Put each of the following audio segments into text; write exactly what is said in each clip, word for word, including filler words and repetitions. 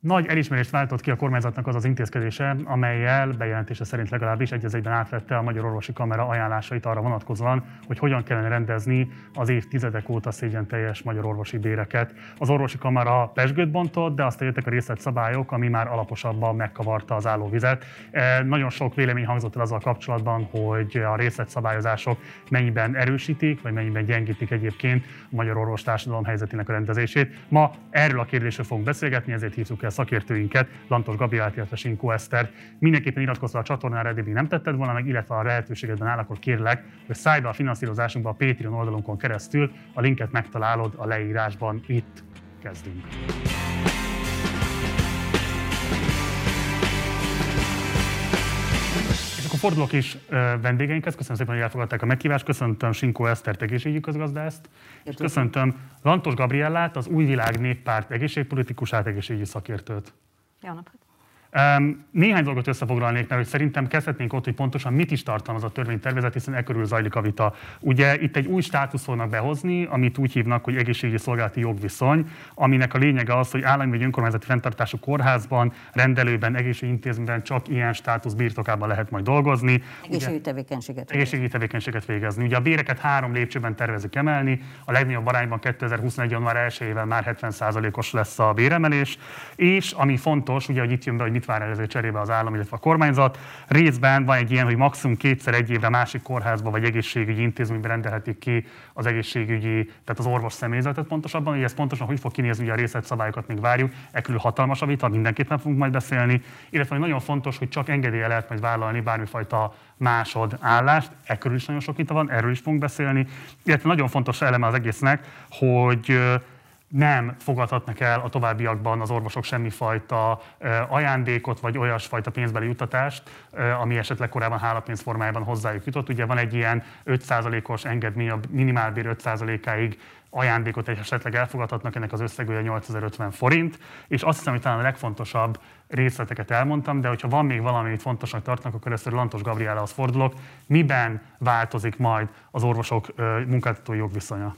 Nagy elismerést váltott ki a kormányzatnak az az intézkedése, amellyel bejelentése szerint legalábbis egy az egyben átvette a Magyar Orvosi Kamara ajánlásait arra vonatkozóan, hogy hogyan kellene rendezni az évtizedek óta szégyenteljes magyar orvosi béreket. Az Orvosi Kamara pezsgőt bontott, de aztán jöttek a részletszabályok, ami már alaposabban megkavarta az állóvizet. E, nagyon sok vélemény hangzott el azzal kapcsolatban, hogy a részletszabályozások mennyiben erősítik, vagy mennyiben gyengítik egyébként a magyar orvostársadalom helyzetének a rendezését. Ma erről a kérdésről fogunk beszélgetni, ezért hívtuk el szakértőinket, Lantos Gabriellát, illetve Sinkó Esztert. Mindenképpen iratkozz a csatornára, eddig nem tetted volna meg, illetve a lehetőségedben áll, akkor kérlek, hogy szállj be a finanszírozásunkba a Patreon oldalunkon keresztül, a linket megtalálod a leírásban. Itt kezdünk. És akkor fordulok is vendégeinkhez, köszönöm szépen, hogy elfogadták a meghívást, köszöntöm Sinkó Esztert, egészségügyi közgazdászt, és köszöntöm Lantos Gabriellát, az Új Világ Néppárt egészségpolitikusát, egészségügyi szakértőt. Jó napot! Néhány dolgot összefoglalnék, mert hogy szerintem kezdhetnénk ott, hogy pontosan mit is tartalmaz a törvénytervezet, hiszen e körül zajlik a vita. Ugye itt egy új státusz fognak behozni, amit úgy hívnak, hogy egészségügyi szolgálati jogviszony, aminek a lényege az, hogy állami vagy önkormányzati fenntartású kórházban, rendelőben, egészségügyi intézményben csak ilyen státusz birtokában lehet majd dolgozni. Egészségügyi tevékenységet Egészségügyi tevékenységet végezni. Ugye a béreket három lépcsőben tervezik emelni, a legnagyobb arányban kétezer-huszonegy. január elsejével már hetven százalékos lesz a béremelés, és ami fontos, ugye, hogy itt jön be, hogy mit vár el ezért cserébe az állam, illetve a kormányzat. Részben van egy ilyen, hogy maximum kétszer egy évre másik kórházba vagy egészségügyi intézménybe rendelhetik ki az egészségügyi, tehát az orvos személyzetet pontosabban, hogy ez pontosan hogy fog kinézni, ugye a részletszabályokat még várjuk, e körül hatalmas a vita, mindenképpen fogunk majd beszélni, illetve nagyon fontos, hogy csak engedélye lehet majd vállalni bármifajta másodállást, e körül is nagyon sok vita van, erről is fogunk beszélni, illetve nagyon fontos eleme az egésznek, hogy nem fogadhatnak el a továbbiakban az orvosok semmifajta ajándékot, vagy olyasfajta pénzbeli juttatást, ami esetleg korábban hálapénz formájában hozzájuk jutott. Ugye van egy ilyen öt százalékos engedmény, a minimálbér öt százalékáig ajándékot esetleg elfogadhatnak, ennek az összegője nyolcezer-ötven forint, és azt hiszem, hogy talán a legfontosabb részleteket elmondtam, de hogyha van még valami, amit fontosnak tartnak, akkor először Lantos Gabriellához fordulok. Miben változik majd az orvosok munkáltatói jogviszonya?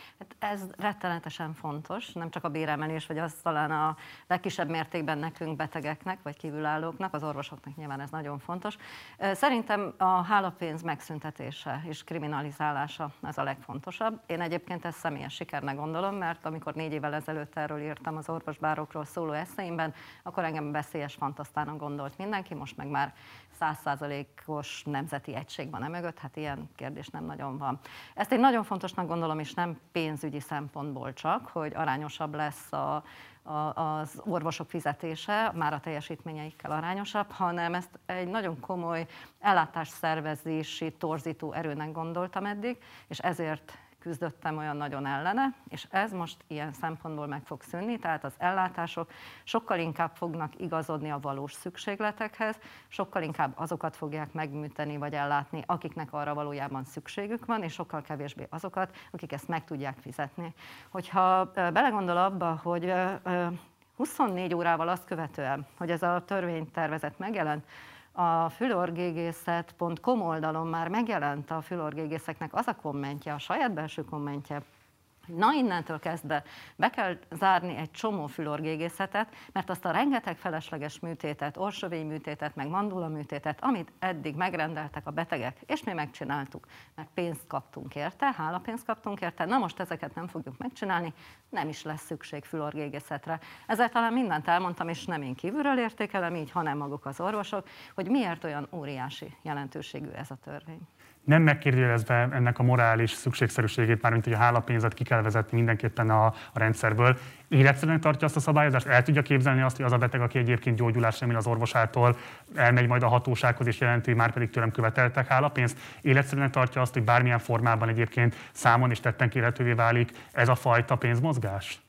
Ez rettenetesen fontos, nem csak a béremelés, vagy az talán a legkisebb mértékben nekünk betegeknek, vagy kívülállóknak, az orvosoknak nyilván ez nagyon fontos. Szerintem a hálapénz megszüntetése és kriminalizálása az a legfontosabb. Én egyébként ezt személyes sikernek gondolom, mert amikor négy évvel ezelőtt erről írtam az orvosbárokról szóló eszéimben, akkor engem veszélyes fantasztának gondolt mindenki, most meg már száz százalékos nemzeti egység van emögött, hát ilyen kérdés nem nagyon van. Ezt én nagyon fontosnak gondolom, és nem pénzügyi szempontból csak, hogy arányosabb lesz a, a, az orvosok fizetése, már a teljesítményeikkel arányosabb, hanem ezt egy nagyon komoly ellátásszervezési torzító erőnek gondoltam eddig, és ezért küzdöttem olyan nagyon ellene, és ez most ilyen szempontból meg fog szűnni, tehát az ellátások sokkal inkább fognak igazodni a valós szükségletekhez, sokkal inkább azokat fogják megműteni vagy ellátni, akiknek arra valójában szükségük van, és sokkal kevésbé azokat, akik ezt meg tudják fizetni. Hogyha belegondol abba, hogy huszonnégy órával azt követően, hogy ez a törvénytervezet megjelent, a fülorgégészet pont com oldalon már megjelent a fülorgégészeknek az a kommentje, a saját belső kommentje, hogy na innentől kezdve be kell zárni egy csomó fülorgégészetet, mert azt a rengeteg felesleges műtétet, orsövény műtétet, meg mandula műtétet, amit eddig megrendeltek a betegek, és mi megcsináltuk, mert pénzt kaptunk érte, hálapénzt kaptunk érte, na most ezeket nem fogjuk megcsinálni, nem is lesz szükség fülorgégészetre. Ezzel talán mindent elmondtam, és nem én kívülről értékelem így, hanem maguk az orvosok, hogy miért olyan óriási jelentőségű ez a törvény. Nem megkérdőjelezve ennek a morális szükségszerűségét, mármint hogy a hálapénzet ki kell vezetni mindenképpen a, a rendszerből. Életszerűen tartja azt a szabályozást? El tudja képzelni azt, hogy az a beteg, aki egyébként gyógyulás remél az orvosától, elmegy majd a hatósághoz és jelenti, hogy már pedig tőlem követeltek hálapénzt? Életszerűen tartja azt, hogy bármilyen formában egyébként számon és tetten kérhetővé válik ez a fajta pénzmozgás?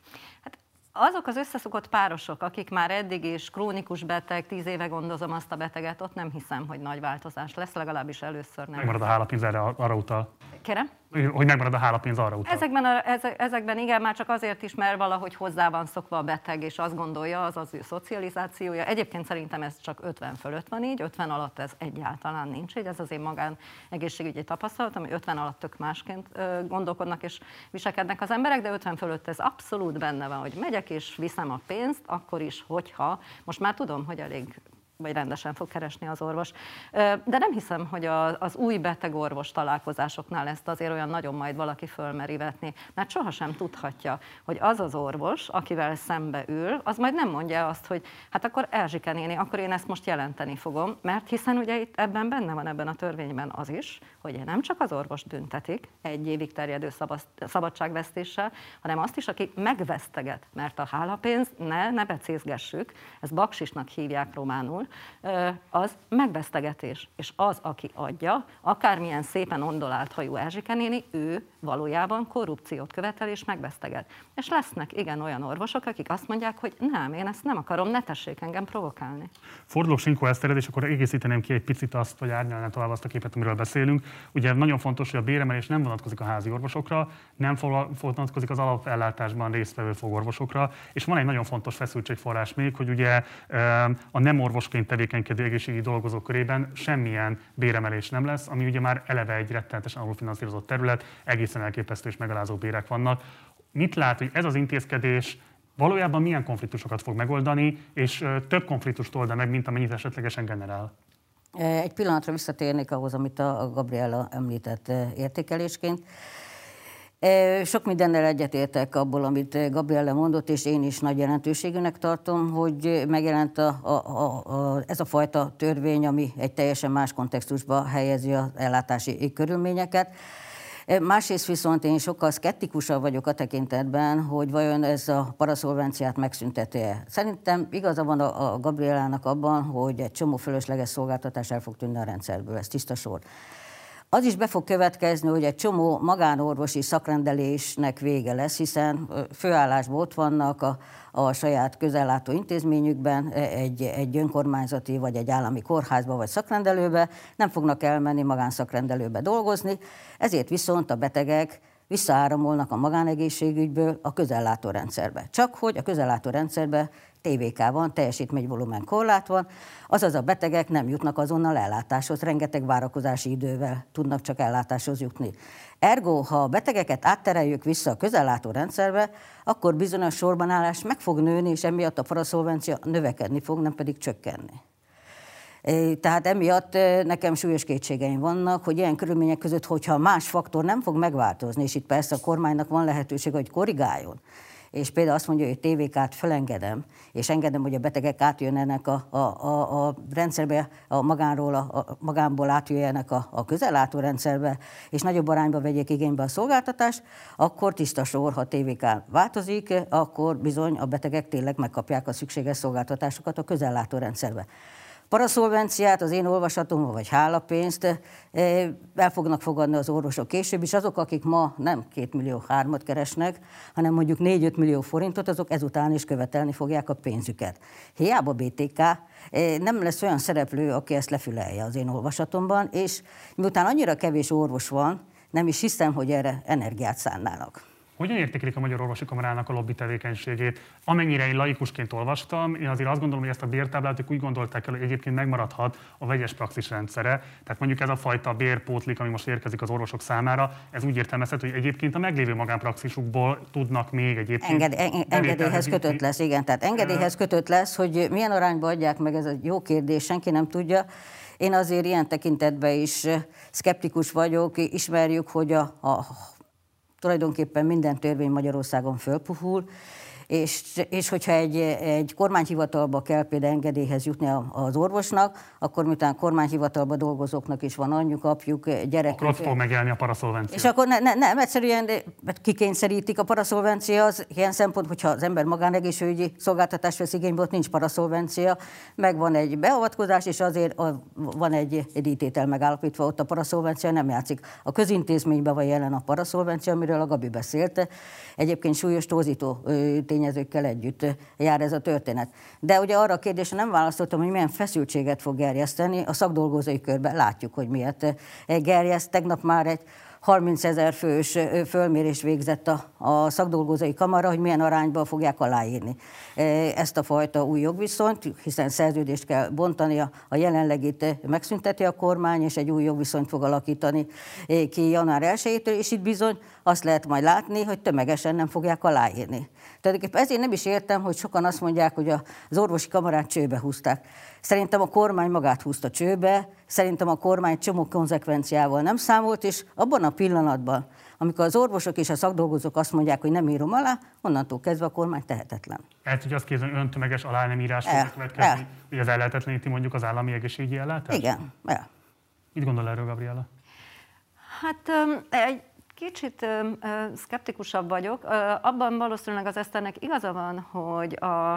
Azok az összeszokott párosok, akik már eddig is krónikus beteg, tíz éve gondozom azt a beteget, ott nem hiszem, hogy nagy változás lesz, legalábbis először nem. Megmarad a hálapénz, erre arra utal. Kérem? hogy megmarad a hálapénz arra utal. Ezekben, a, ezekben igen, már csak azért is, mert valahogy hozzá van szokva a beteg, és azt gondolja, az az ő szocializációja. Egyébként szerintem ez csak ötven fölött van így, ötven alatt ez egyáltalán nincs így. Ez az én magán egészségügyi tapasztalatom, hogy ötven alatt tök másként gondolkodnak és viselkednek az emberek, de ötven fölött ez abszolút benne van, hogy megyek és viszem a pénzt, akkor is, hogyha, most már tudom, hogy elég vagy rendesen fog keresni az orvos. De nem hiszem, hogy az új beteg-orvos találkozásoknál ezt azért olyan nagyon majd valaki fölmeri vetni, mert sohasem tudhatja, hogy az az orvos, akivel szembe ül, az majd nem mondja azt, hogy hát akkor Erzsike néni, akkor én ezt most jelenteni fogom, mert hiszen ugye itt ebben benne van ebben a törvényben az is, hogy nem csak az orvos büntetik egy évig terjedő szabadságvesztéssel, hanem azt is, aki megveszteget, mert a hálapénz, ne, ne becézgessük, ezt baksisnak hívják románul, az megvesztegetés. És az, aki adja, akármilyen szépen ondolált hajú Erzsike néni, ő valójában korrupciót követel és megveszteget. És lesznek igen olyan orvosok, akik azt mondják, hogy nem, én ezt nem akarom, ne tessék engem provokálni. Fordulok Sinkó Esztered, és akkor egészíteném ki egy picit azt, vagy árnyalnám tovább azt a képet, amiről beszélünk. Ugye nagyon fontos, hogy a béremelés nem vonatkozik a házi orvosokra, nem vonatkozik az alapellátásban résztvevő fogorvosokra, és van egy nagyon fontos feszültségforrás még, hogy ugye a nem orvosként tevékenykedő egészségügyi dolgozók körében semmilyen béremelés nem lesz, ami ugye már eleve egy rettenetesen alulfinanszírozott terület, egészen elképesztő és megalázó bérek vannak. Mit lát, hogy ez az intézkedés valójában milyen konfliktusokat fog megoldani, és több konfliktust old meg, mint amennyit esetlegesen generál? Egy pillanatra visszatérnék ahhoz, amit a Gabriella említett értékelésként. Sok mindennel egyetértek abból, amit Gabriella mondott, és én is nagy jelentőségűnek tartom, hogy megjelent a, a, a, a, ez a fajta törvény, ami egy teljesen más kontextusba helyezi az ellátási körülményeket. Másrészt viszont én sokkal szkeptikusabb vagyok a tekintetben, hogy vajon ez a paraszolvenciát megszünteti-e. Szerintem igaza van a, a Gabriellának abban, hogy egy csomó fölösleges szolgáltatás el fog tűnni a rendszerből, ez tiszta sor. Az is be fog következni, hogy egy csomó magánorvosi szakrendelésnek vége lesz, hiszen főállásban ott vannak a, a saját közellátó intézményükben, egy, egy önkormányzati vagy egy állami kórházba vagy szakrendelőbe, nem fognak elmenni magánszakrendelőbe dolgozni, ezért viszont a betegek visszaáramolnak a magánegészségügyből a közellátórendszerbe. Csak hogy a közellátórendszerbe té vé ká van, teljesítményvolumen korlát van, azaz a betegek nem jutnak azonnal ellátáshoz, rengeteg várakozási idővel tudnak csak ellátáshoz jutni. Ergo, ha a betegeket áttereljük vissza a közellátórendszerbe, akkor bizonyos sorbanállás meg fog nőni, és emiatt a paraszolvencia növekedni fog, nem pedig csökkenni. Tehát emiatt nekem súlyos kétségeim vannak, hogy ilyen körülmények között, hogyha más faktor nem fog megváltozni, és itt persze a kormánynak van lehetőség, hogy korrigáljon, és például azt mondja, hogy té vé ká-t felengedem, és engedem, hogy a betegek átjönnek a, a, a, a rendszerbe, a magánról, a, a magánból átjöjjenek a, a közellátórendszerbe, és nagyobb arányba vegyék igénybe a szolgáltatást, akkor tiszta sor, ha té vé ká változik, akkor bizony a betegek tényleg megkapják a szükséges szolgáltatásokat a közellátórendszerbe. Paraszolvenciát, az én olvasatomban, vagy hálapénzt el fognak fogadni az orvosok később is. Azok, akik ma nem két millió hármat keresnek, hanem mondjuk négy-öt millió forintot, azok ezután is követelni fogják a pénzüket. Hiába bé té ká, nem lesz olyan szereplő, aki ezt lefülelje az én olvasatomban, és miután annyira kevés orvos van, nem is hiszem, hogy erre energiát szánnának. Hogyan értékelik a Magyar Orvosi Kamarának a lobby tevékenységét? Amennyire én laikusként olvastam, én azért azt gondolom, hogy ezt a bértáblát ők úgy gondolták el, hogy egyébként megmaradhat a vegyes praxis rendszere. Tehát mondjuk ez a fajta bérpótlik, ami most érkezik az orvosok számára, ez úgy értelmezhető, hogy egyébként a meglévő magánpraxisukból tudnak még egyébként... Enged, en, engedélyhez kötött lesz, igen. Tehát engedélyhez kötött lesz, hogy milyen arányban adják meg, ez egy jó kérdés, senki nem tudja. Én azért ilyen tekintetben is szkeptikus vagyok, ismerjük, hogy a, a tulajdonképpen minden törvény Magyarországon fölpuhul, és, és hogyha egy, egy kormányhivatalba kell például engedélyhez jutni az orvosnak, akkor miután kormányhivatalba dolgozóknak is van anyjuk, apjuk, gyerekük. Akkor ott fog megjelenni a paraszolvencia. És akkor ne, ne, nem, egyszerűen kikényszerítik a paraszolvencia, az ilyen szempont, hogyha az ember magánegészségügyi szolgáltatást vesz igénybe, ott nincs paraszolvencia, meg van egy beavatkozás, és azért a, van egy díjtétel megállapítva, ott a paraszolvencia nem játszik. A közintézményben van jelen a paraszolvencia, amiről a Gabi beszélt. Egyébként súlyos torzító tényezőkkel együtt jár ez a történet. De ugye arra a kérdésre nem választottam, hogy milyen feszültséget fog gerjeszteni. A szakdolgozói körben látjuk, hogy miért gerjeszt. Tegnap már egy harmincezer fős fölmérés végzett a, a szakdolgozói kamara, hogy milyen arányban fogják aláírni ezt a fajta új jogviszonyt, hiszen szerződést kell bontani, a, a jelenlegit megszünteti a kormány, és egy új jogviszonyt fog alakítani ki január elsejétől, és itt bizony azt lehet majd látni, hogy tömegesen nem fogják aláírni. Tehát ezért nem is értem, hogy sokan azt mondják, hogy az orvosi kamarát csőbe húzták. Szerintem a kormány magát húzta csőbe, szerintem a kormány csomó konzekvenciával nem számolt, és abban a pillanatban, amikor az orvosok és a szakdolgozók azt mondják, hogy nem írom alá, onnantól kezdve a kormány tehetetlen. Hát, hogy azt képzelni, hogy öntömeges alá nem írás fog következni, hogy az ellehetetleníti mondjuk az állami egészségügyi ellátást? Igen, el. Mit gondol erről, Gabriela? Hát egy kicsit szkeptikusabb vagyok. Abban valószínűleg az Eszternek igaza van, hogy a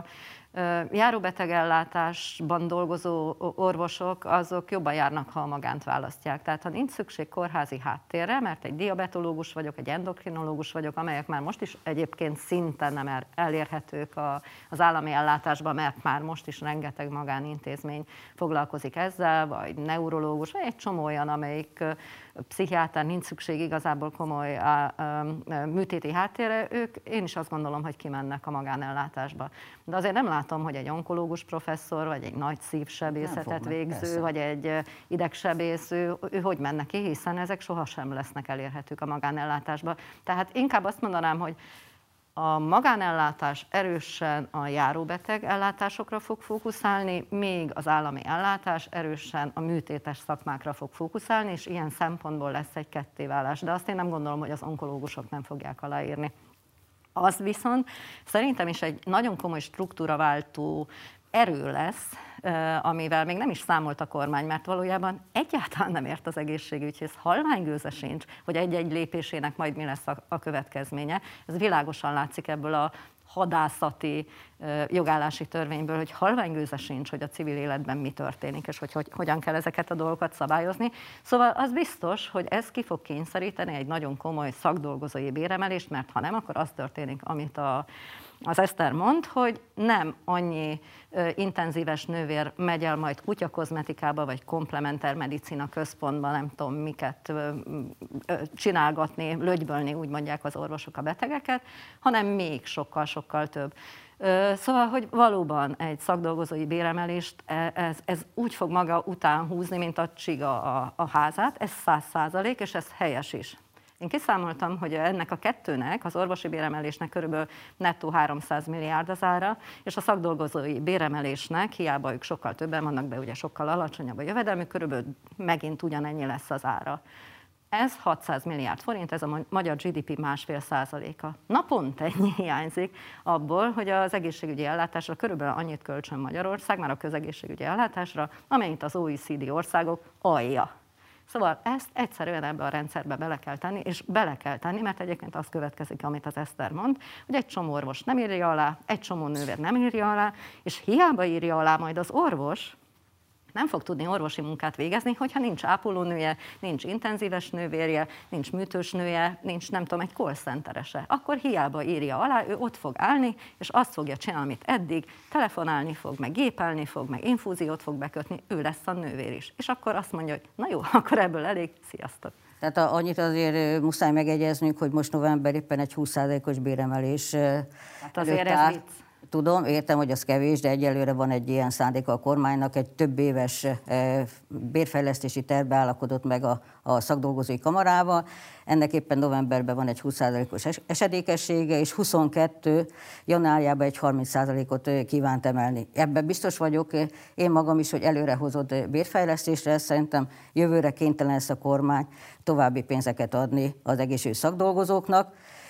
járóbetegellátásban dolgozó orvosok, azok jobban járnak, ha a magánt választják. Tehát ha nincs szükség kórházi háttérre, mert egy diabetológus vagyok, egy endokrinológus vagyok, amelyek már most is egyébként szinten nem elérhetők az állami ellátásban, mert már most is rengeteg magánintézmény foglalkozik ezzel, vagy neurológus, vagy egy csomó olyan, amelyik pszichiáter, nincs szükség igazából komoly műtéti háttérre, ők, én is azt gondolom, hogy kimennek a magánellátásba. De azért nem látom, hogy egy onkológus professzor, vagy egy nagy szívsebészetet végző, persze. vagy egy idegsebész, ő, ő hogy menne ki, hiszen ezek sohasem lesznek elérhetők a magánellátásba. Tehát inkább azt mondanám, hogy a magánellátás erősen a járóbeteg ellátásokra fog fókuszálni, még az állami ellátás erősen a műtétes szakmákra fog fókuszálni, és ilyen szempontból lesz egy kettéválás. De azt én nem gondolom, hogy az onkológusok nem fogják aláírni. Az viszont szerintem is egy nagyon komoly struktúraváltó erő lesz, amivel még nem is számolt a kormány, mert valójában egyáltalán nem ért az egészségügyhöz, halványgőze sincs, hogy egy-egy lépésének majd mi lesz a, a következménye. Ez világosan látszik ebből a hadászati jogállási törvényből, hogy halványgőze sincs, hogy a civil életben mi történik, és hogy, hogy hogyan kell ezeket a dolgokat szabályozni. Szóval az biztos, hogy ez ki fog kényszeríteni egy nagyon komoly szakdolgozói béremelést, mert ha nem, akkor az történik, amit a Az Eszter mond, hogy nem annyi ö, intenzíves nővér megy el majd kutyakozmetikába, vagy komplementer medicina központba, nem tudom miket ö, ö, csinálgatni, lögybölni, úgy mondják az orvosok a betegeket, hanem még sokkal-sokkal több. Ö, szóval, hogy valóban egy szakdolgozói béremelést ez, ez úgy fog maga után húzni, mint a csiga a, a házát, ez száz százalék, és ez helyes is. Én kiszámoltam, hogy ennek a kettőnek, az orvosi béremelésnek körülbelül nettó háromszáz milliárd az ára, és a szakdolgozói béremelésnek, hiába ők sokkal többen vannak, de ugye sokkal alacsonyabb a jövedelmük, körülbelül megint ugyanennyi lesz az ára. Ez hatszáz milliárd forint, ez a magyar gé dé pé másfél százaléka. Naponta ennyi hiányzik abból, hogy az egészségügyi ellátásra körülbelül annyit költsön Magyarország, már a közegészségügyi ellátásra, amennyit az o e cé dé országok alja. Szóval ezt egyszerűen ebbe a rendszerbe bele kell tenni, és bele kell tenni, mert egyébként az következik, amit az Eszter mond, hogy egy csomó orvos nem írja alá, egy csomó nővér nem írja alá, és hiába írja alá majd az orvos, nem fog tudni orvosi munkát végezni, hogyha nincs ápolónője, nincs intenzíves nővérje, nincs műtős nője, nincs nem tudom, egy call centerese. Akkor hiába írja alá, ő ott fog állni, és azt fogja csinálni, amit eddig, telefonálni fog, meg gépelni fog, meg infúziót fog bekötni, ő lesz a nővér is. És akkor azt mondja, hogy na jó, akkor ebből elég, sziasztok. Tehát annyit azért muszáj megegyeznünk, hogy most november éppen egy húsz százalékos béremelés. Hát azért ez vicc. Tudom, értem, hogy az kevés, de egyelőre van egy ilyen szándéka a kormánynak, egy több éves bérfejlesztési tervbe állapodott meg a, a szakdolgozói kamarával. Ennek éppen novemberben van egy húsz százalékos esedékessége, és huszonkettő januárjában egy harminc százalékot kívánt emelni. Ebben biztos vagyok én magam is, hogy előrehozott bérfejlesztésre, szerintem jövőre kénytelen lesz a kormány további pénzeket adni az egészségügyi szakdolgozóknak.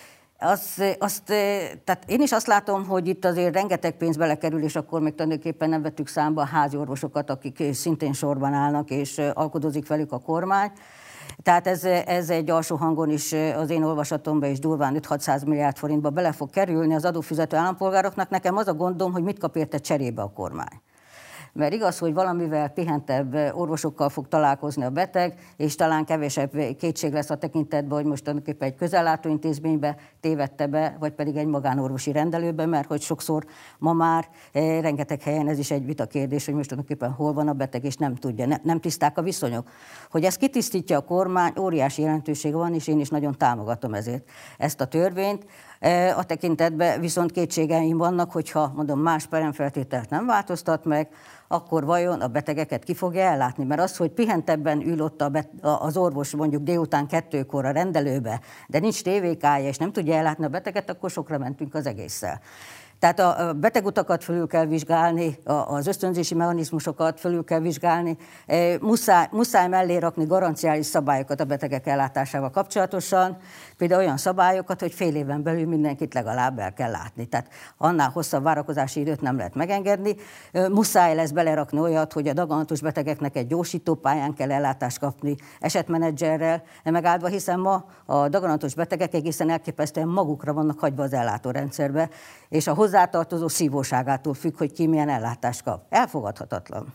Azt, azt, tehát én is azt látom, hogy itt azért rengeteg pénz belekerül, és akkor még tulajdonképpen nem vettük számba a házi orvosokat, akik szintén sorban állnak, és alkudozik velük a kormány. Tehát ez, ez egy alsó hangon is az én olvasatomban is durván öt-hatszáz milliárd forintba bele fog kerülni az adófizető állampolgároknak. Nekem az a gondom, hogy mit kap érte cserébe a kormány. Mert igaz, hogy valamivel pihentebb orvosokkal fog találkozni a beteg, és talán kevesebb kétség lesz a tekintetben, hogy most tulajdonképpen egy közellátó intézménybe tévedte be, vagy pedig egy magánorvosi rendelőbe, mert hogy sokszor ma már eh, rengeteg helyen ez is egy vita kérdés, hogy most tulajdonképpen hol van a beteg, és nem tudja, ne, nem tiszták a viszonyok. Hogy ezt kitisztítja a kormány, óriási jelentősége van, és én is nagyon támogatom ezért ezt a törvényt. A tekintetben viszont kétségeim vannak, hogyha mondom más peremfeltételt nem változtat meg, akkor vajon a betegeket ki fogja ellátni? Mert az, hogy pihentebben ül ott a bet- az orvos mondjuk délután kettőkor a rendelőbe, de nincs té vé ká-ja, és nem tudja ellátni a beteget, akkor sokra mentünk az egésszel. Tehát a betegutakat felül kell vizsgálni, az ösztönzési mechanizmusokat felül kell vizsgálni, muszáj, muszáj mellé rakni garanciális szabályokat a betegek ellátásával kapcsolatosan, például olyan szabályokat, hogy fél éven belül mindenkit legalább el kell látni. Tehát annál hosszabb várakozási időt nem lehet megengedni. Muszáj lesz belerakni olyat, hogy a daganatos betegeknek egy gyorsítópályán kell ellátást kapni, esetmenedzserrel megáldva, hiszen ma a daganatos betegek egészen elképesztően magukra vannak hagyva az ellátórendszerbe, és a hozzátartozó szívóságától függ, hogy ki milyen ellátást kap. Elfogadhatatlan.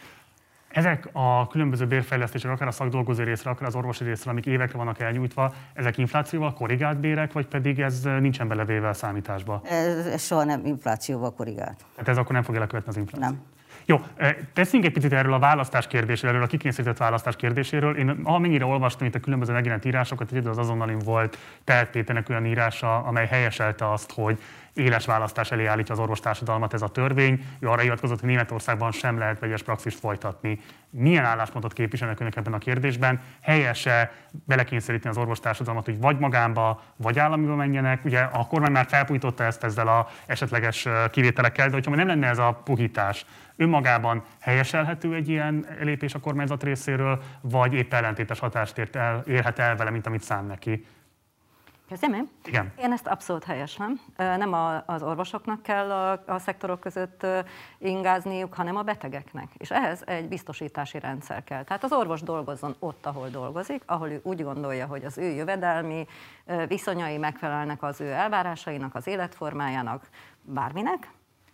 Ezek a különböző bérfejlesztések, akár a szakdolgozó részre, akár az orvosi részre, amik évekre vannak elnyújtva, ezek inflációval korrigált bérek, vagy pedig ez nincsen belevéve a számításba? Ez, ez soha nem inflációval korrigált. Tehát ez akkor nem fogja lekövetni az inflációt? Nem. Jó, teszünk egy picit erről a választás kérdéséről, erről a kikényszerített választás kérdéséről. Én amennyire olvastam itt a különböző megjelent írásokat, egyedül az azonnalin volt Telk Péternek olyan írása, amely helyeselte azt, hogy éles választás elé állítja az orvostársadalmat ez a törvény. Ő arra hivatkozott, hogy Németországban sem lehet vegyes praxist folytatni. Milyen álláspontot képviselnek önök ebben a kérdésben? Helyese belekényszeríteni az orvostársadalmat, hogy vagy magánba, vagy államiba menjenek? Ugye a kormány már felpújtotta ezt ezzel a esetleges kivételekkel, de hogyha nem lenne ez a puhítás, önmagában helyeselhető egy ilyen lépés a kormányzat részéről, vagy épp ellentétes hatást ért el, érhet el vele, mint amit szán neki? Kezdjem én? Igen. Én ezt abszolút helyeslem. Nem a, az orvosoknak kell a, a szektorok között ingázniuk, hanem a betegeknek. És ehhez egy biztosítási rendszer kell. Tehát az orvos dolgozzon ott, ahol dolgozik, ahol ő úgy gondolja, hogy az ő jövedelmi viszonyai megfelelnek az ő elvárásainak, az életformájának, bárminek,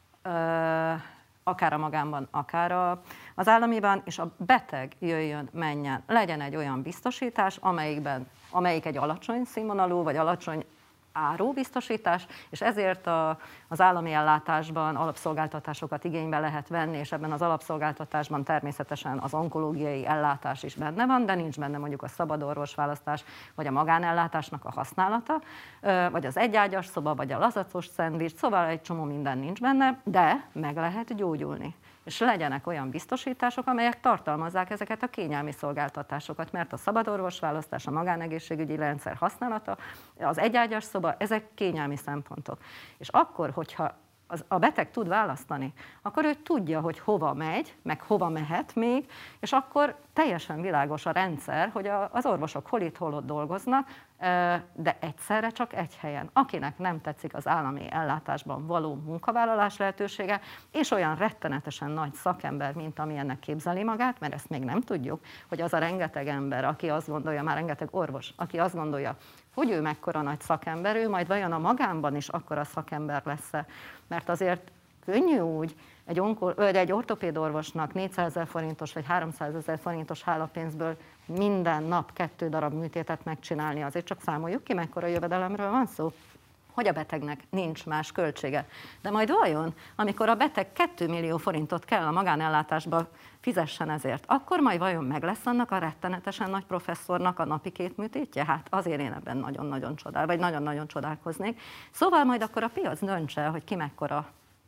akár a magánban, akár a, az államiban, és a beteg jöjjön, menjen, legyen egy olyan biztosítás, amelyikben, amelyik egy alacsony színvonalú, vagy alacsony áru biztosítás, és ezért a, az állami ellátásban alapszolgáltatásokat igénybe lehet venni, és ebben az alapszolgáltatásban természetesen az onkológiai ellátás is benne van, de nincs benne mondjuk a szabad orvosválasztás, vagy a magánellátásnak a használata, vagy az egyágyas szoba, vagy a lazacos szendvics, szóval egy csomó minden nincs benne, de meg lehet gyógyulni. És legyenek olyan biztosítások, amelyek tartalmazzák ezeket a kényelmi szolgáltatásokat, mert a szabad orvosválasztás, a magánegészségügyi rendszer használata, az egyágyas szoba, ezek kényelmi szempontok. És akkor, hogyha az, a beteg tud választani, akkor ő tudja, hogy hova megy, meg hova mehet még, és akkor teljesen világos a rendszer, hogy a, az orvosok hol itt, hol ott dolgoznak, de egyszerre csak egy helyen. Akinek nem tetszik az állami ellátásban való munkavállalás lehetősége, és olyan rettenetesen nagy szakember, mint amilyennek képzeli magát, mert ezt még nem tudjuk, hogy az a rengeteg ember, aki azt gondolja, már rengeteg orvos, aki azt gondolja, hogy ő mekkora nagy szakember, ő majd vajon a magánban is akkora szakember lesz-e. Mert azért könnyű úgy egy, onkol, egy ortopédorvosnak négyszázezer forintos vagy háromszázezer forintos hálapénzből minden nap kettő darab műtétet megcsinálni. Azért csak számoljuk ki, mekkora jövedelemről van szó, hogy a betegnek nincs más költsége. De majd vajon, amikor a beteg két millió forintot kell a magánellátásba fizessen ezért, akkor majd vajon meg lesz annak a rettenetesen nagy professzornak a napi két műtétje? Hát azért én ebben nagyon-nagyon csodál, vagy nagyon-nagyon csodálkoznék. Szóval majd akkor a piac döntse, hogy ki mekkora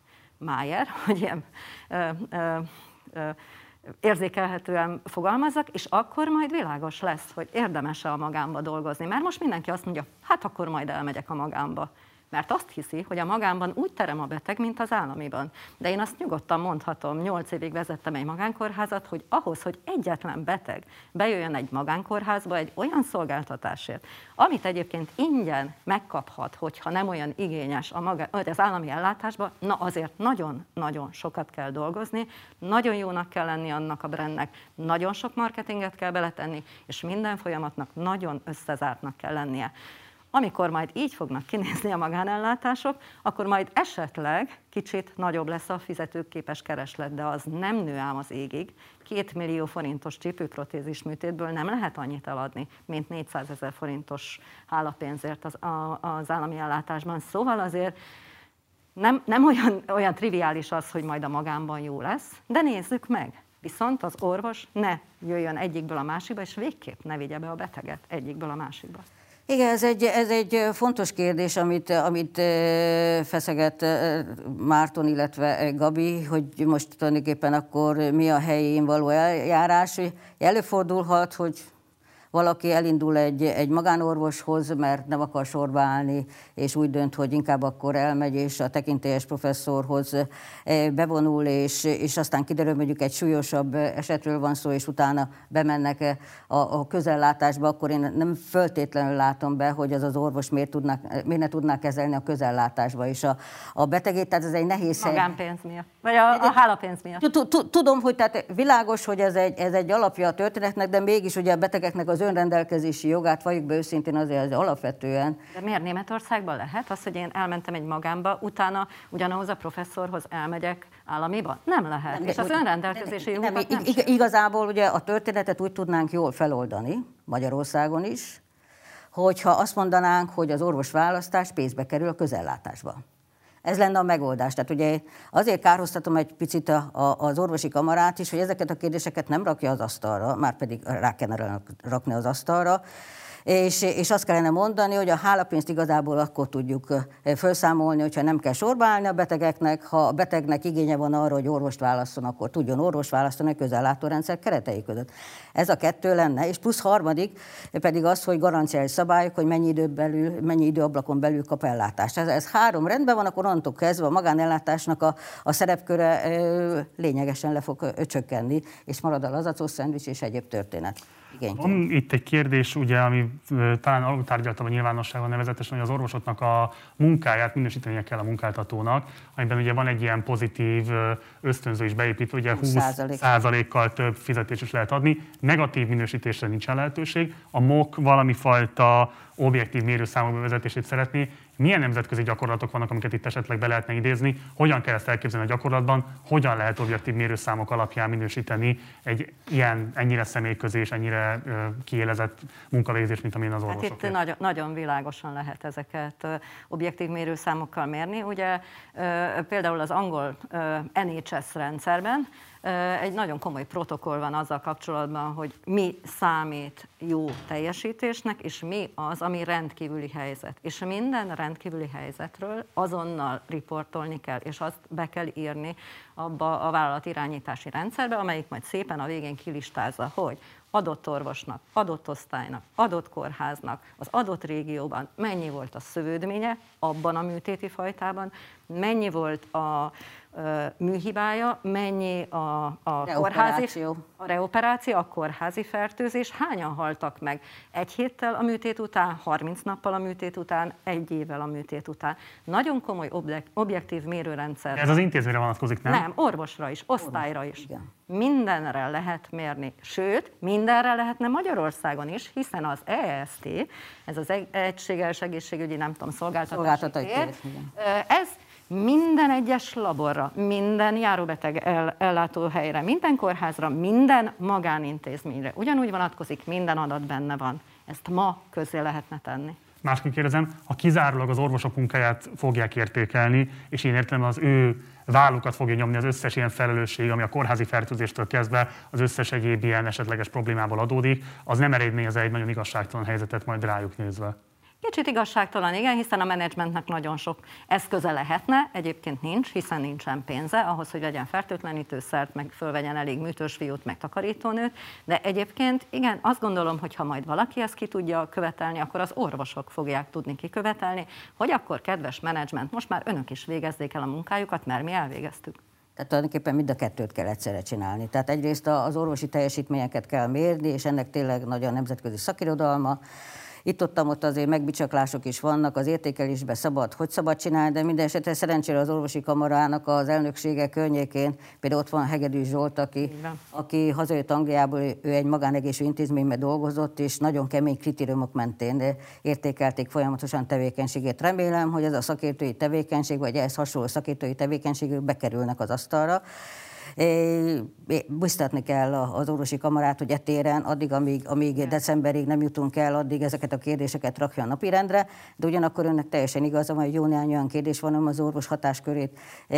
májer, hogy ilyen ö, ö, ö, érzékelhetően fogalmazzak, és akkor majd világos lesz, hogy érdemes-e a magánba dolgozni. Mert most mindenki azt mondja, hát akkor majd elmegyek a magánba. Mert azt hiszi, hogy a magánban úgy terem a beteg, mint az államiban. De én azt nyugodtan mondhatom, nyolc évig vezettem egy magánkórházat, hogy ahhoz, hogy egyetlen beteg bejöjjön egy magánkórházba egy olyan szolgáltatásért, amit egyébként ingyen megkaphat, hogyha nem olyan igényes a maga, az állami ellátásban, na azért nagyon-nagyon sokat kell dolgozni, nagyon jónak kell lenni annak a brandnek, nagyon sok marketinget kell beletenni, és minden folyamatnak nagyon összezártnak kell lennie. amikor majd így fognak kinézni a magánellátások, akkor majd esetleg kicsit nagyobb lesz a fizetőképes kereslet, de az nem nő ám az égig. Két millió forintos csípőprotézis műtétből nem lehet annyit eladni, mint négyszázezer forintos hálapénzért az, a, az állami ellátásban. Szóval azért nem, nem olyan, olyan triviális az, hogy majd a magánban jó lesz, de nézzük meg. Viszont az orvos ne jöjjön egyikből a másikba, és végképp ne vigye be a beteget egyikből a másikba. Igen, ez egy, ez egy fontos kérdés, amit, amit feszeget Márton, illetve Gabi, hogy most tulajdonképpen akkor mi a helyén való eljárás. Előfordulhat, hogy valaki elindul egy, egy magánorvoshoz, mert nem akar sorba állni, és úgy dönt, hogy inkább akkor elmegy, és a tekintélyes professzorhoz bevonul, és, és aztán kiderül, mondjuk egy súlyosabb esetről van szó, és utána bemennek a, a közellátásba, akkor én nem föltétlenül látom be, hogy az az orvos miért, tudnak, miért ne tudná kezelni a közellátásba is a, a betegét. Tehát ez egy nehéz hely. Magánpénz miatt, vagy a, a hálapénz miatt. Tudom, hogy tehát világos, hogy ez egy, ez egy alapja a történetnek, de mégis ugye a betegeknek az önrendelkezési jogát, valljuk be őszintén, azért az alapvetően. De miért Németországban lehet az, hogy én elmentem egy magánba, utána ugyanahoz a professzorhoz elmegyek államiba? Nem lehet. Nem, és az önrendelkezési jogokat nem, nem, nem Igazából ugye a történetet úgy tudnánk jól feloldani, Magyarországon is, hogyha azt mondanánk, hogy az orvosválasztás pénzbe kerül a közellátásba. Ez lenne a megoldás. Tehát ugye azért kárhoztatom egy picit a, a, az orvosi kamarát is, hogy ezeket a kérdéseket nem rakja az asztalra, már pedig rá kellene rakni az asztalra, és, és azt kellene mondani, hogy a hálapénzt igazából akkor tudjuk felszámolni, hogyha nem kell sorba állni a betegeknek, ha a betegnek igénye van arra, hogy orvost válasszon, akkor tudjon orvost választani a közellátórendszer keretei között. Ez a kettő lenne, és plusz harmadik pedig az, hogy garanciális szabályok, hogy mennyi, idő belül, mennyi időablakon belül kap ellátást. Ez, ez három rendben van, akkor onnantól kezdve a magánellátásnak a, a szerepköre ö, lényegesen le fog ö, csökkenni, és marad a lazacos szendvics és egyéb történet. Igen. Van itt egy kérdés, ugye, ami talán alultárgyaltam a nyilvánosságon, nevezetesen, hogy az orvosoknak a munkáját minősítenie kell a munkáltatónak, amiben ugye van egy ilyen pozitív ösztönző is beépítve, ugye húsz százalékkal több fizetést is lehet adni, negatív minősítésre nincsen lehetőség. A em o ká valami fajta objektív mérőszámok bevezetését szeretné. Milyen nemzetközi gyakorlatok vannak, amiket itt esetleg be lehetne idézni? Hogyan kell ezt elképzelni a gyakorlatban? Hogyan lehet objektív mérőszámok alapján minősíteni egy ilyen, ennyire személyközés, ennyire uh, kiélezett munkavégzést, mint amilyen az orvosok? Hát itt nagyon, nagyon világosan lehet ezeket uh, objektív mérőszámokkal mérni. Ugye uh, például az angol uh, en há es rendszerben egy nagyon komoly protokoll van azzal kapcsolatban, hogy mi számít jó teljesítésnek, és mi az, ami rendkívüli helyzet. És minden rendkívüli helyzetről azonnal riportolni kell, és azt be kell írni abba a vállalat irányítási rendszerbe, amelyik majd szépen a végén kilistázza, hogy adott orvosnak, adott osztálynak, adott kórháznak, az adott régióban mennyi volt a szövődménye abban a műtéti fajtában, mennyi volt a műhibája, mennyi a, a kórházi a reoperáció, a kórházi fertőzés, hányan haltak meg egy héttel a műtét után, harminc nappal a műtét után, egy évvel a műtét után. Nagyon komoly objektív mérőrendszer. Ez az intézményre vonatkozik, nem? Nem, orvosra is, osztályra is. Igen. Mindenre lehet mérni, sőt, mindenre lehetne Magyarországon is, hiszen az é es té, ez az Egységes Egészségügyi, nem tudom, szolgáltatási tér, ez minden egyes laborra, minden járóbeteg ellátóhelyre, minden kórházra, minden magánintézményre. Ugyanúgy vonatkozik, minden adat benne van. Ezt ma közé lehetne tenni. Másként kérdezem, ha kizárólag az orvosok munkáját fogják értékelni, és én értem az ő vállukat fogja nyomni az összes ilyen felelősség, ami a kórházi fertőzéstől kezdve az összes egyéb ilyen esetleges problémából adódik, az nem eredményez egy nagyon igazságtalan helyzetet majd rájuk nézve. Kicsit igazságtalan, igen, hiszen a menedzsmentnek nagyon sok eszköze lehetne, egyébként nincs, hiszen nincsen pénze ahhoz, hogy vegyen fertőtlenítőszert, meg fölvegyen elég műtős fiút, meg takarítónőt, de egyébként igen, azt gondolom, hogy ha majd valaki ezt ki tudja követelni, akkor az orvosok fogják tudni kikövetelni, hogy akkor kedves menedzsment, most már önök is végezzék el a munkájukat, mert mi elvégeztük. Tehát tulajdonképpen mind a kettőt kell egyszerre csinálni. Tehát egyrészt az orvosi teljesítményeket kell mérni, és ennek tényleg nagy a nemzetközi szakirodalma, Itt-ottam ott azért megbicsaklások is vannak, az értékelésben szabad, hogy szabad csinálni, de minden esetre szerencsére az orvosi kamarának az elnöksége környékén, például ott van Hegedűs Zsolt, aki, aki hazajött Angliából, ő egy magánegészségügyi intézményben dolgozott, és nagyon kemény kritériumok mentén értékelték folyamatosan tevékenységét. Remélem, hogy ez a szakértői tevékenység, vagy ehhez hasonló szakértői tevékenységek bekerülnek az asztalra. Biztatni kell az orvosi kamarát, hogy e téren addig, amíg, amíg decemberig nem jutunk el, addig ezeket a kérdéseket rakja a napirendre, de ugyanakkor önnek teljesen igaza van, hogy jó néhány olyan kérdés van, ami az orvos hatáskörét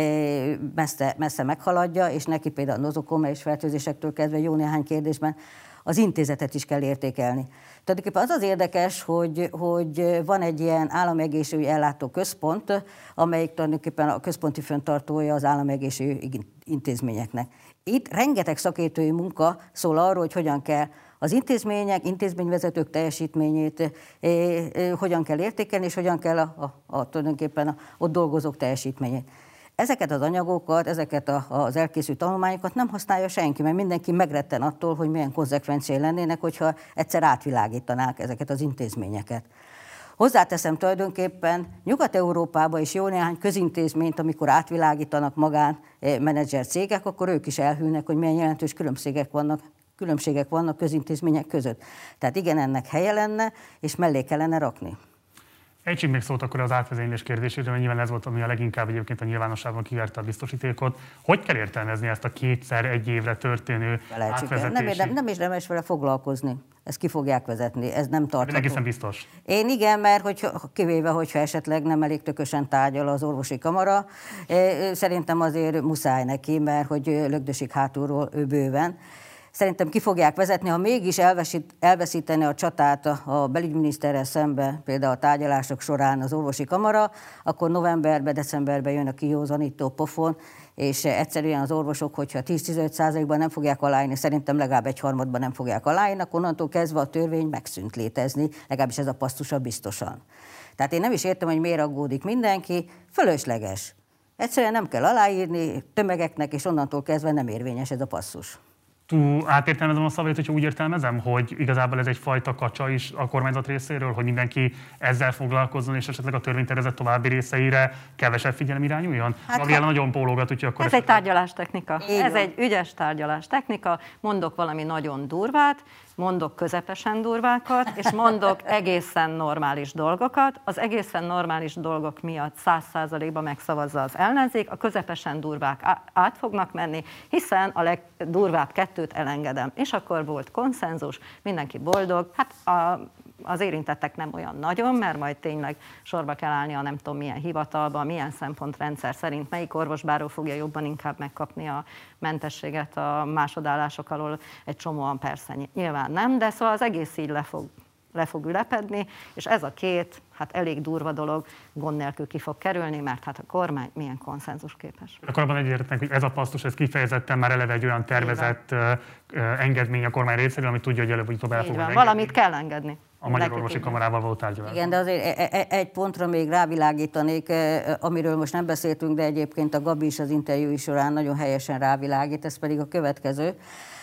messze, messze meghaladja, és neki például a nozokomiás fertőzésektől kezdve jó néhány kérdésben az intézetet is kell értékelni. Tulajdonképpen az az érdekes, hogy, hogy van egy ilyen állami egészségügyi ellátó központ, amelyik tulajdonképpen a központi fenntartója az állami egészségügyi intézményeknek. Itt rengeteg szakértői munka szól arról, hogy hogyan kell az intézmények, intézményvezetők teljesítményét eh, eh, hogyan kell értékelni, és hogyan kell a, a, a, tulajdonképpen a, ott dolgozók teljesítményét. Ezeket az anyagokat, ezeket a, az elkészült tanulmányokat nem használja senki, mert mindenki megretten attól, hogy milyen konzekvenciái lennének, hogyha egyszer átvilágítanák ezeket az intézményeket. Hozzáteszem, tulajdonképpen Nyugat-Európában is jó néhány közintézményt, amikor átvilágítanak magán menedzser cégek, akkor ők is elhűlnek, hogy milyen jelentős különbségek vannak, különbségek vannak közintézmények között. Tehát igen, ennek helye lenne, és mellé kellene rakni. Ejtsünk még szót akkor az átvezénylés kérdésére, mert nyilván ez volt, ami a leginkább egyébként a nyilvánosságban kiverte a biztosítékot. Hogy kell értelmezni ezt a kétszer egy évre történő átvezetési? Nem, érdem, nem érdemes vele foglalkozni. Ezt ki fogják vezetni, ez nem tartható. Egészen biztos. Én igen, mert hogy, kivéve, hogyha esetleg nem elég tökösen tárgyal az orvosi kamara, szerintem azért muszáj neki, mert hogy lögdösik hátulról ő bőven. Szerintem ki fogják vezetni, ha mégis elveszít, elveszíteni a csatát a, a belügyminiszterrel szembe, például a tárgyalások során az orvosi kamara, akkor novemberben, decemberben jön a kijózanító pofon, és egyszerűen az orvosok, hogyha tíz-tizenöt százalékban nem fogják aláírni, szerintem legalább egyharmadban nem fogják aláírni, akkor onnantól kezdve a törvény megszűnt létezni, legalábbis ez a passzusa biztosan. Tehát én nem is értem, hogy miért aggódik mindenki, fölösleges. Egyszerűen nem kell aláírni tömegeknek, és onnantól kezdve nem érvényes ez a passzus. Tú, átértelmezem a szavait, hogyha úgy értelmezem, hogy igazából ez egyfajta kacsa is a kormányzat részéről, hogy mindenki ezzel foglalkozzon, és esetleg a törvénytervezet további részeire kevesebb figyelem irányuljon? Hát, Gabriella nagyon pólogat, úgyhogy akkor... Ez egy tárgyalástechnika. Ez egy ügyes tárgyalástechnika. Mondok valami nagyon durvát, mondok közepesen durvákat, és mondok egészen normális dolgokat. Az egészen normális dolgok miatt száz százalékban megszavazza az ellenzék, a közepesen durvák át fognak menni, hiszen a legdurvább kettőt elengedem. És akkor volt konszenzus, mindenki boldog. Hát a, az érintettek nem olyan nagyon, mert majd tényleg sorba kell állni a nem tudom milyen hivatalba, milyen szempontrendszer szerint, melyik orvosbáró fogja jobban inkább megkapni a mentességet a másodállások alól, egy csomóan persze nyilván nem, de szóval az egész így le fog, le fog ülepedni, és ez a két, hát elég durva dolog gond nélkül ki fog kerülni, mert hát a kormány milyen konszenzus képes. Akkor abban egyértelmű, hogy ez a passzus, ez kifejezetten már eleve egy olyan tervezett uh, engedmény a kormány részéről, amit tudja, hogy előbb vagy tovább fog engedni. Valamit kell engedni. A Magyar Orvosi Kamarával való tárgyalásban. Igen, de azért egy pontra még rávilágítanék, amiről most nem beszéltünk, de egyébként a Gabi is az interjú során nagyon helyesen rávilágít, ez pedig a következő,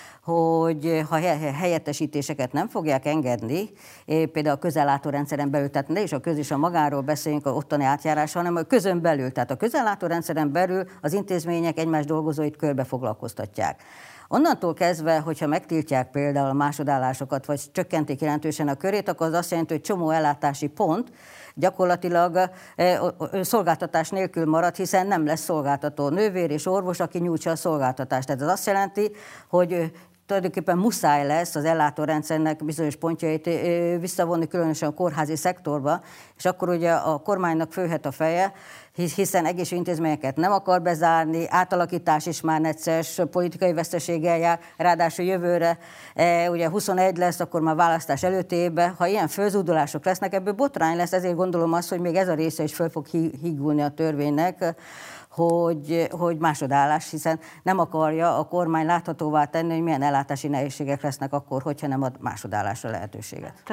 hogy ha helyettesítéseket nem fogják engedni, például a közellátórendszeren belül, tehát ne is a köz és a magáról beszéljünk, a ottani átjárás, hanem a közön belül, tehát a közellátórendszeren belül az intézmények egymás dolgozóit körbe foglalkoztatják. Onnantól kezdve, hogyha megtiltják például a másodállásokat, vagy csökkentik jelentősen a körét, akkor az azt jelenti, hogy csomó ellátási pont gyakorlatilag szolgáltatás nélkül marad, hiszen nem lesz szolgáltató nővér és orvos, aki nyújtsa a szolgáltatást. Tehát ez azt jelenti, hogy tulajdonképpen muszáj lesz az ellátórendszernek bizonyos pontjait visszavonni, különösen a kórházi szektorba, és akkor ugye a kormánynak fölhet a feje, hiszen egészségügyi intézményeket nem akar bezárni, átalakítás is már necces, politikai veszteséggel jár, ráadásul jövőre e, ugye huszonegy lesz, akkor már választás előttében. Ha ilyen fölzúdulások lesznek, ebből botrány lesz, ezért gondolom azt, hogy még ez a része is föl fog hígulni a törvénynek, hogy, hogy másodállás, hiszen nem akarja a kormány láthatóvá tenni, hogy milyen ellátási nehézségek lesznek akkor, hogyha nem ad másodállásra lehetőséget.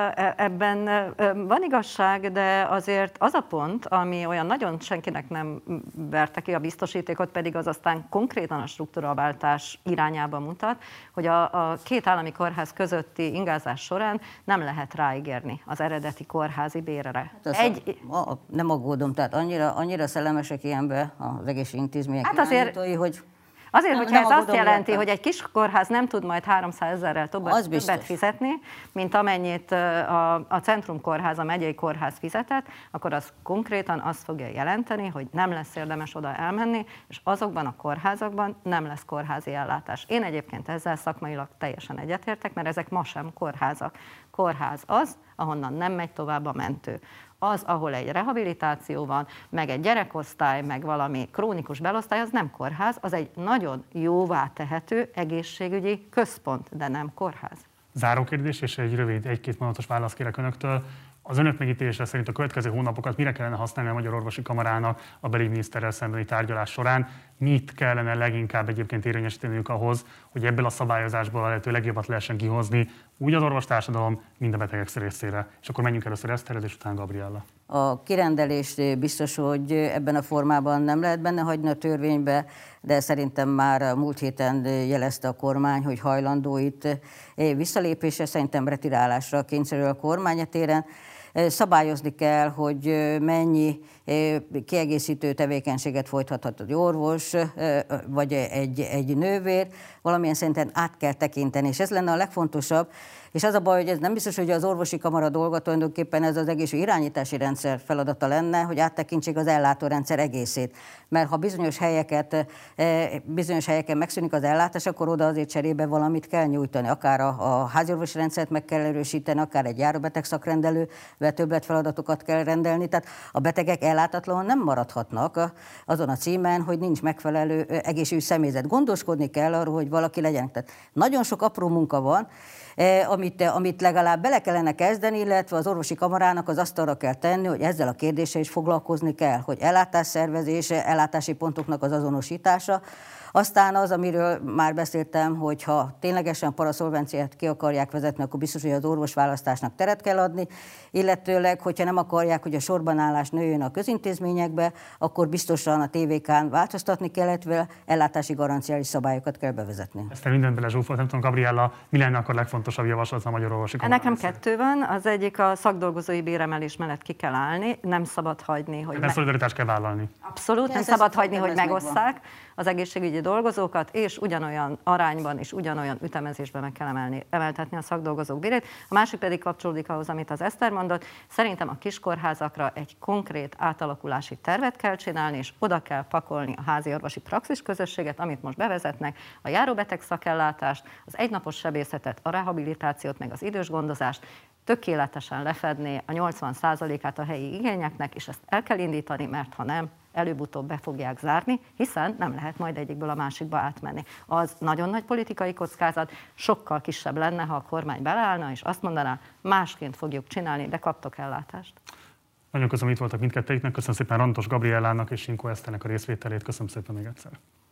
Ebben van igazság, de azért az a pont, ami olyan nagyon senkinek nem verte ki a biztosítékot, pedig az aztán konkrétan a struktúraváltás irányába mutat, hogy a, a két állami kórház közötti ingázás során nem lehet ráígérni az eredeti kórházi bérre. Hát Egy... a, nem aggódom, tehát annyira, annyira szellemesek ilyenbe az egészségügyintézmények hát azért... hogy Azért, hogyha ez azt jelenti, hogy egy kis kórház nem tud majd háromszázezerrel többet, többet fizetni, mint amennyit a, a Centrum Kórház, a megyei kórház fizetett, akkor az konkrétan azt fogja jelenteni, hogy nem lesz érdemes oda elmenni, és azokban a kórházakban nem lesz kórházi ellátás. Én egyébként ezzel szakmailag teljesen egyetértek, mert ezek ma sem kórházak. Kórház az, ahonnan nem megy tovább a mentő. Az, ahol egy rehabilitáció van, meg egy gyerekosztály, meg valami krónikus belosztály, az nem kórház, az egy nagyon jóvá tehető egészségügyi központ, de nem kórház. Záró kérdés, és egy rövid, egy-két mondatos választ kérek önöktől. Az önök megítélése szerint a következő hónapokat mire kellene használni a Magyar Orvosi Kamarának a belügyminiszterrel szembeni tárgyalás során? Mit kellene leginkább egyébként érvényesíteniük ahhoz, hogy ebből a szabályozásból a lehető legjobbat lehessen kihozni, úgy az orvostársadalom, mind a betegek részére? És akkor menjünk először Eszterhez, és utána Gabriella. A kirendelés biztos, hogy ebben a formában nem lehet benne hagyni a törvénybe, de szerintem már múlt héten jelezte a kormány, hogy hajlandó itt visszalépésre, szerintem retirálásra kényszerül a kormány téren. Szabályozni kell, hogy mennyi kiegészítő tevékenységet folytathat egy orvos, vagy egy, egy nővér, valamilyen szinten át kell tekinteni, és ez lenne a legfontosabb. És az a baj, hogy ez nem biztos, hogy az orvosi kamara dolga, tulajdonképpen ez az egész irányítási rendszer feladata lenne, hogy áttekintsék az ellátórendszer egészét. Mert ha bizonyos helyeket, bizonyos helyeken megszűnik az ellátás, akkor oda azért cserébe valamit kell nyújtani. Akár a, a háziorvosi rendszert meg kell erősíteni, akár egy járóbeteg szakrendelővel többletfeladatokat kell rendelni. Tehát a betegek ellátatlanul nem maradhatnak azon a címen, hogy nincs megfelelő egészségügyi személyzet. Gondoskodni kell arról, hogy valaki legyen. Tehát nagyon sok apró munka van, amit, amit legalább bele kellene kezdeni, illetve az orvosi kamarának az asztalra kell tenni, hogy ezzel a kérdéssel is foglalkozni kell, hogy ellátásszervezése, ellátási pontoknak az azonosítása. Aztán az, amiről már beszéltem, hogy ha ténylegesen paraszolvenciát ki akarják vezetni, akkor biztos, hogy az orvosválasztásnak teret kell adni, illetőleg, hogyha nem akarják, hogy a sorbanállás nőjön a közintézményekbe, akkor biztosan a té vé kán változtatni kell, illetve ellátási garanciális szabályokat kell bevezetni. Ezt mindent bele zsúfolt, nem tudom, Gabriella, mi lenne akkor legfontosabb javaslat a Magyar Orvosi Kamarának? Nekem kettő van, az egyik a szakdolgozói béremelés mellett ki kell állni, nem szabad hagyni, hogy... Ebben szolidaritást kell vállalni. Abszolút, nem szabad hagyni, hogy megosszák az egészségügyi dolgozókat, és ugyanolyan arányban és ugyanolyan ütemezésben meg kell emelni, emeltetni a szakdolgozók bérét. A másik pedig kapcsolódik ahhoz, amit az Eszter mondott. Szerintem a kiskórházakra egy konkrét átalakulási tervet kell csinálni, és oda kell pakolni a házi orvosi praxis közösséget, amit most bevezetnek, a járóbeteg szakellátást, az egynapos sebészetet, a rehabilitációt, meg az idős gondozást, tökéletesen lefedni a nyolcvan százalékát a helyi igényeknek, és ezt el kell indítani, mert ha nem, előbb-utóbb be fogják zárni, hiszen nem lehet majd egyikből a másikba átmenni. Az nagyon nagy politikai kockázat, sokkal kisebb lenne, ha a kormány beleállna, és azt mondaná, másként fogjuk csinálni, de kaptok ellátást. Nagyon köszönöm, itt voltak mindkettőjüknek, köszönöm szépen Rantos Gabriellának és Sinkó Eszternek a részvételét, köszönöm szépen még egyszer.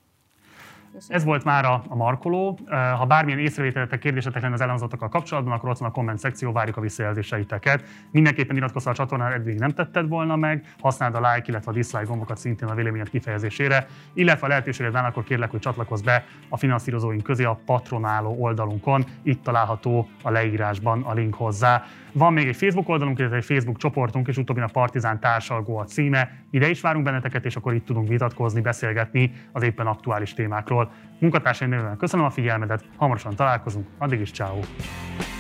Köszönöm. Ez volt már a markoló. Ha bármilyen észrevételetek, kérdésetek lenne az elhangzottakkal kapcsolatban, akkor ott van a komment szekció, várjuk a visszajelzéseiteket. Mindenképpen iratkozz a csatornára, eddig nem tetted volna meg, használd a like, illetve a dislike gombokat szintén a véleményed kifejezésére, illetve a lehetőséged van, akkor kérlek, hogy csatlakozz be a finanszírozóink közé a patronáló oldalunkon. Itt található a leírásban a link hozzá. Van még egy Facebook oldalunk, illetve egy Facebook csoportunk, és utóbbin a Partizán társalgó a címe. Ide is várunk benneteket, és akkor itt tudunk vitatkozni, beszélgetni az éppen aktuális témákról. Munkatársaim nevében köszönöm a figyelmedet, hamarosan találkozunk, addig is ciao.